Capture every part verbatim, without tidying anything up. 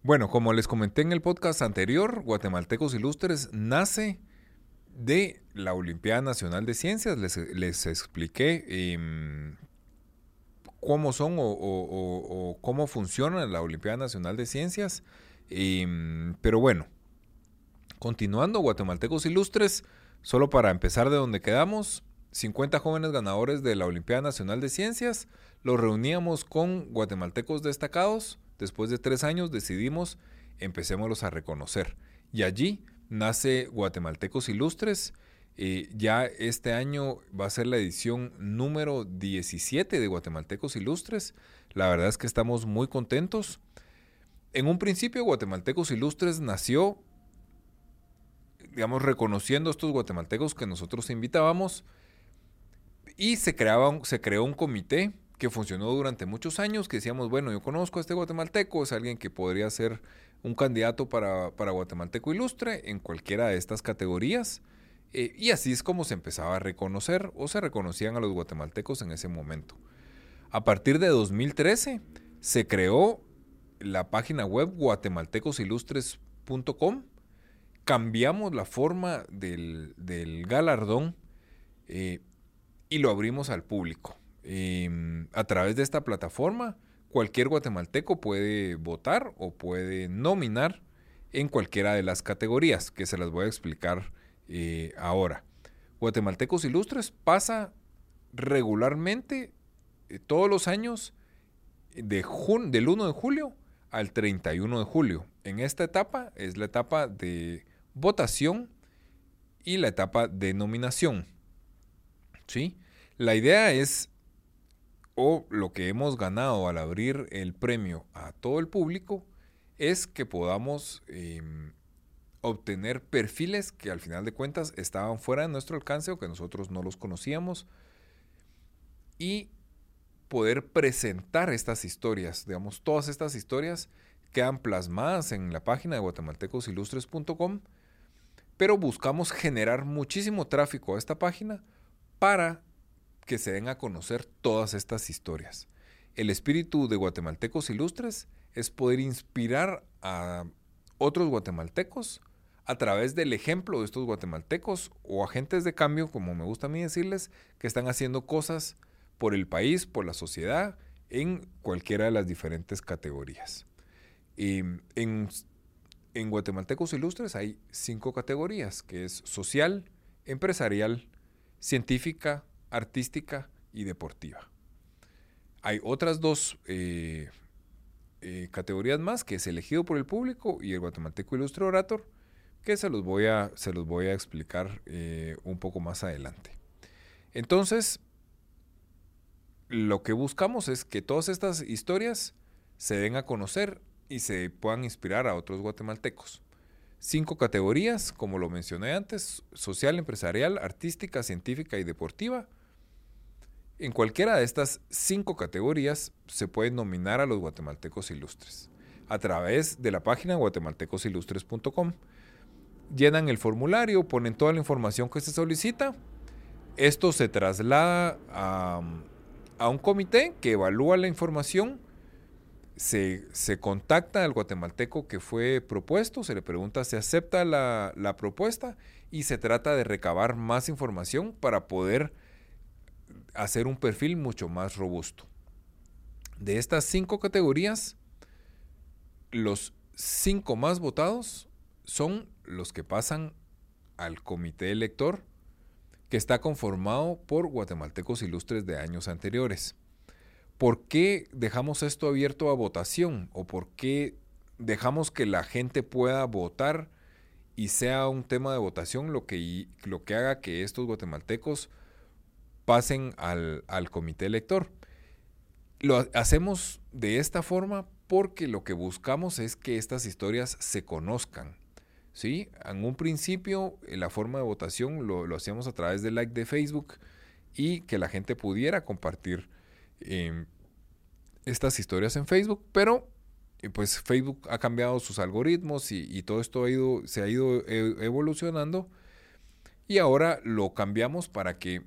Bueno, como les comenté en el podcast anterior, Guatemaltecos Ilustres nace de la Olimpiada Nacional de Ciencias. Les, les expliqué eh, cómo son o, o, o, o, cómo funciona la Olimpiada Nacional de Ciencias. Eh, pero bueno, continuando, Guatemaltecos Ilustres, solo para empezar de donde quedamos, cincuenta jóvenes ganadores de la Olimpiada Nacional de Ciencias, los reuníamos con guatemaltecos destacados. Después de tres años decidimos, empecémoslos a reconocer. Y allí nace Guatemaltecos Ilustres. Eh, ya este año va a ser la edición número diecisiete de Guatemaltecos Ilustres. La verdad es que estamos muy contentos. En un principio, Guatemaltecos Ilustres nació, digamos, reconociendo a estos guatemaltecos que nosotros invitábamos, y se, creaba, se creó un comité que funcionó durante muchos años, que decíamos, bueno, yo conozco a este guatemalteco, es alguien que podría ser un candidato para, para Guatemalteco Ilustre en cualquiera de estas categorías. Eh, y así es como se empezaba a reconocer o se reconocían a los guatemaltecos en ese momento. A partir de dos mil trece se creó la página web guatemaltecos ilustres punto com. Cambiamos la forma del, del galardón eh, y lo abrimos al público. Eh, a través de esta plataforma, cualquier guatemalteco puede votar o puede nominar en cualquiera de las categorías que se las voy a explicar eh, ahora. Guatemaltecos Ilustres pasa regularmente eh, todos los años de jun- del uno de julio al treinta y uno de julio. En esta etapa es la etapa de votación y la etapa de nominación. ¿Sí? La idea es, o lo que hemos ganado al abrir el premio a todo el público, es que podamos eh, obtener perfiles que al final de cuentas estaban fuera de nuestro alcance o que nosotros no los conocíamos, y poder presentar estas historias. Digamos, todas estas historias quedan plasmadas en la página de guatemaltecos ilustres punto com, pero buscamos generar muchísimo tráfico a esta página para que se den a conocer todas estas historias. El espíritu de Guatemaltecos Ilustres es poder inspirar a otros guatemaltecos a través del ejemplo de estos guatemaltecos o agentes de cambio, como me gusta a mí decirles, que están haciendo cosas por el país, por la sociedad, en cualquiera de las diferentes categorías. Y en, en Guatemaltecos Ilustres hay cinco categorías, que es social, empresarial, científica, artística y deportiva. Hay otras dos eh, eh, categorías más, que es elegido por el público y el Guatemalteco Ilustre Orator, que se los voy a, se los voy a explicar eh, un poco más adelante. Entonces, lo que buscamos es que todas estas historias se den a conocer y se puedan inspirar a otros guatemaltecos. Cinco categorías, como lo mencioné antes: social, empresarial, artística, científica y deportiva. En cualquiera de estas cinco categorías se pueden nominar a los guatemaltecos ilustres a través de la página guatemaltecos ilustres punto com. Llenan el formulario, ponen toda la información que se solicita. Esto se traslada a, a un comité que evalúa la información. Se, se contacta al guatemalteco que fue propuesto, se le pregunta si acepta la, la propuesta, y se trata de recabar más información para poder hacer un perfil mucho más robusto. De estas cinco categorías, los cinco más votados son los que pasan al comité elector, que está conformado por guatemaltecos ilustres de años anteriores. ¿Por qué dejamos esto abierto a votación? ¿O por qué dejamos que la gente pueda votar y sea un tema de votación lo que, lo que haga que estos guatemaltecos pasen al, al comité elector? Lo hacemos de esta forma porque lo que buscamos es que estas historias se conozcan. ¿Sí? En un principio, la forma de votación lo, lo hacíamos a través del like de Facebook y que la gente pudiera compartir eh, estas historias en Facebook, pero eh, pues Facebook ha cambiado sus algoritmos y, y todo esto ha ido, se ha ido evolucionando, y ahora lo cambiamos para que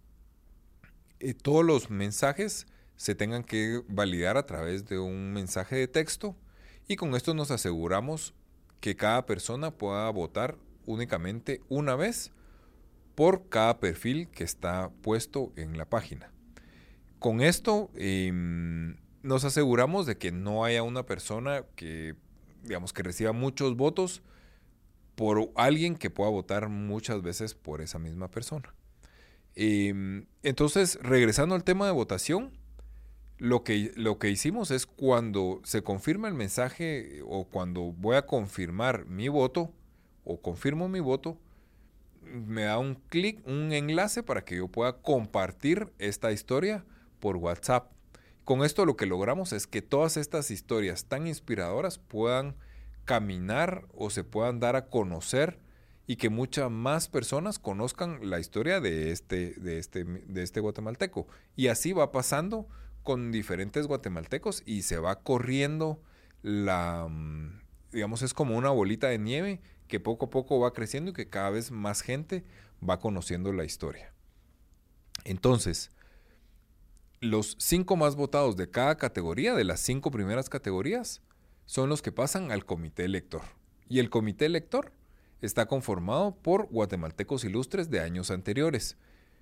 eh, todos los mensajes se tengan que validar a través de un mensaje de texto, Y con esto nos aseguramos que cada persona pueda votar únicamente una vez por cada perfil que está puesto en la página. Con esto eh, nos aseguramos de que no haya una persona que, digamos, que reciba muchos votos por alguien que pueda votar muchas veces por esa misma persona. Eh, entonces, regresando al tema de votación, lo que, lo que hicimos es cuando se confirma el mensaje o cuando voy a confirmar mi voto o confirmo mi voto, me da un clic, un enlace para que yo pueda compartir esta historia por WhatsApp. Con esto lo que logramos es que todas estas historias tan inspiradoras puedan caminar o se puedan dar a conocer y que muchas más personas conozcan la historia de este, de este, de este guatemalteco. Y así va pasando con diferentes guatemaltecos y se va corriendo la, digamos, es como una bolita de nieve que poco a poco va creciendo y que cada vez más gente va conociendo la historia. Entonces, los cinco más votados de cada categoría, de las cinco primeras categorías, son los que pasan al comité elector. Y el comité elector está conformado por guatemaltecos ilustres de años anteriores.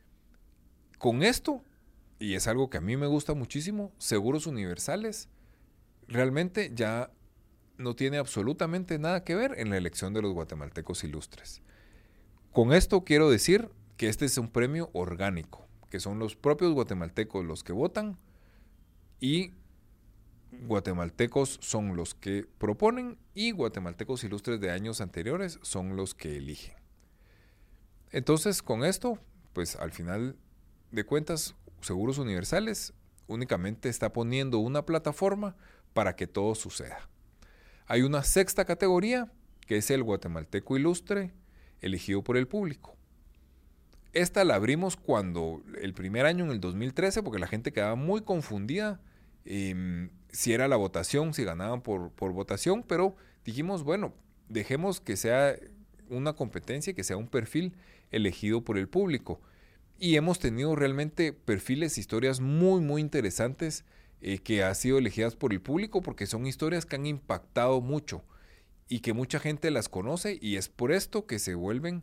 Con esto, y es algo que a mí me gusta muchísimo, Seguros Universales realmente ya no tiene absolutamente nada que ver en la elección de los guatemaltecos ilustres. Con esto quiero decir que este es un premio orgánico, que son los propios guatemaltecos los que votan y guatemaltecos son los que proponen y guatemaltecos ilustres de años anteriores son los que eligen. Entonces, con esto, pues al final de cuentas, Seguros Universales únicamente está poniendo una plataforma para que todo suceda. Hay una sexta categoría, que es el guatemalteco ilustre, elegido por el público. Esta la abrimos cuando el primer año, en el dos mil trece, porque la gente quedaba muy confundida eh, si era la votación, si ganaban por, por votación, pero dijimos, bueno, dejemos que sea una competencia, que sea un perfil elegido por el público. Y hemos tenido realmente perfiles, historias muy, muy interesantes eh, que han sido elegidas por el público porque son historias que han impactado mucho y que mucha gente las conoce y es por esto que se vuelven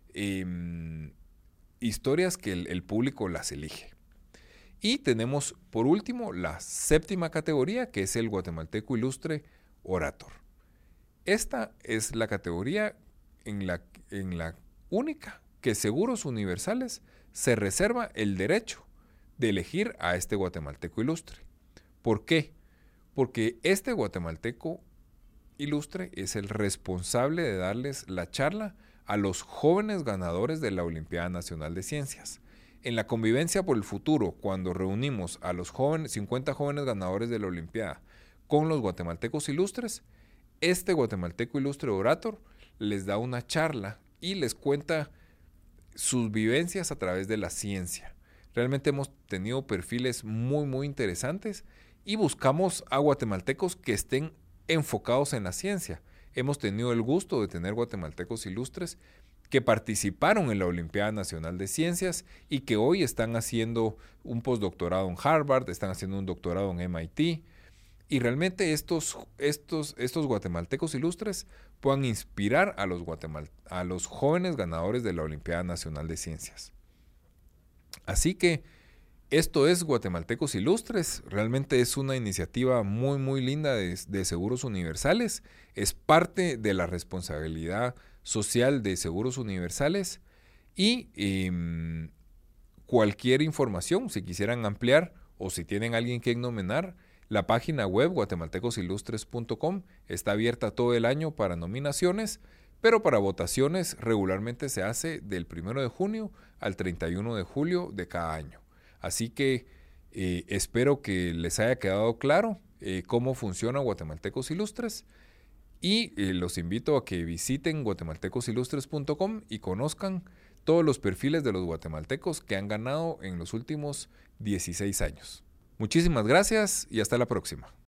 eh, historias que el, el público las elige. Y tenemos por último la séptima categoría, que es el guatemalteco ilustre orator. Esta es la categoría en la, en la única que Seguros Universales se reserva el derecho de elegir a este guatemalteco ilustre. ¿Por qué? Porque este guatemalteco ilustre es el responsable de darles la charla a los jóvenes ganadores de la Olimpiada Nacional de Ciencias. En la Convivencia por el Futuro, cuando reunimos a los jóvenes, cincuenta jóvenes ganadores de la Olimpiada con los guatemaltecos ilustres, este guatemalteco ilustre orator les da una charla y les cuenta sus vivencias a través de la ciencia. Realmente hemos tenido perfiles muy, muy interesantes y buscamos a guatemaltecos que estén enfocados en la ciencia. Hemos tenido el gusto de tener guatemaltecos ilustres que participaron en la Olimpiada Nacional de Ciencias y que hoy están haciendo un postdoctorado en Harvard, están haciendo un doctorado en M I T. Y realmente estos, estos, estos guatemaltecos ilustres puedan inspirar a los, guatemal- a los jóvenes ganadores de la Olimpiada Nacional de Ciencias. Así que esto es Guatemaltecos Ilustres. Realmente es una iniciativa muy, muy linda de, de Seguros Universales. Es parte de la responsabilidad social de Seguros Universales. Y eh, cualquier información, si quisieran ampliar o si tienen alguien que nominar, la página web guatemaltecos ilustres punto com está abierta todo el año para nominaciones, pero para votaciones regularmente se hace del primero de junio al treinta y uno de julio de cada año. Así que eh, espero que les haya quedado claro eh, cómo funciona Guatemaltecos Ilustres y eh, los invito a que visiten guatemaltecos ilustres punto com y conozcan todos los perfiles de los guatemaltecos que han ganado en los últimos dieciséis años. Muchísimas gracias y hasta la próxima.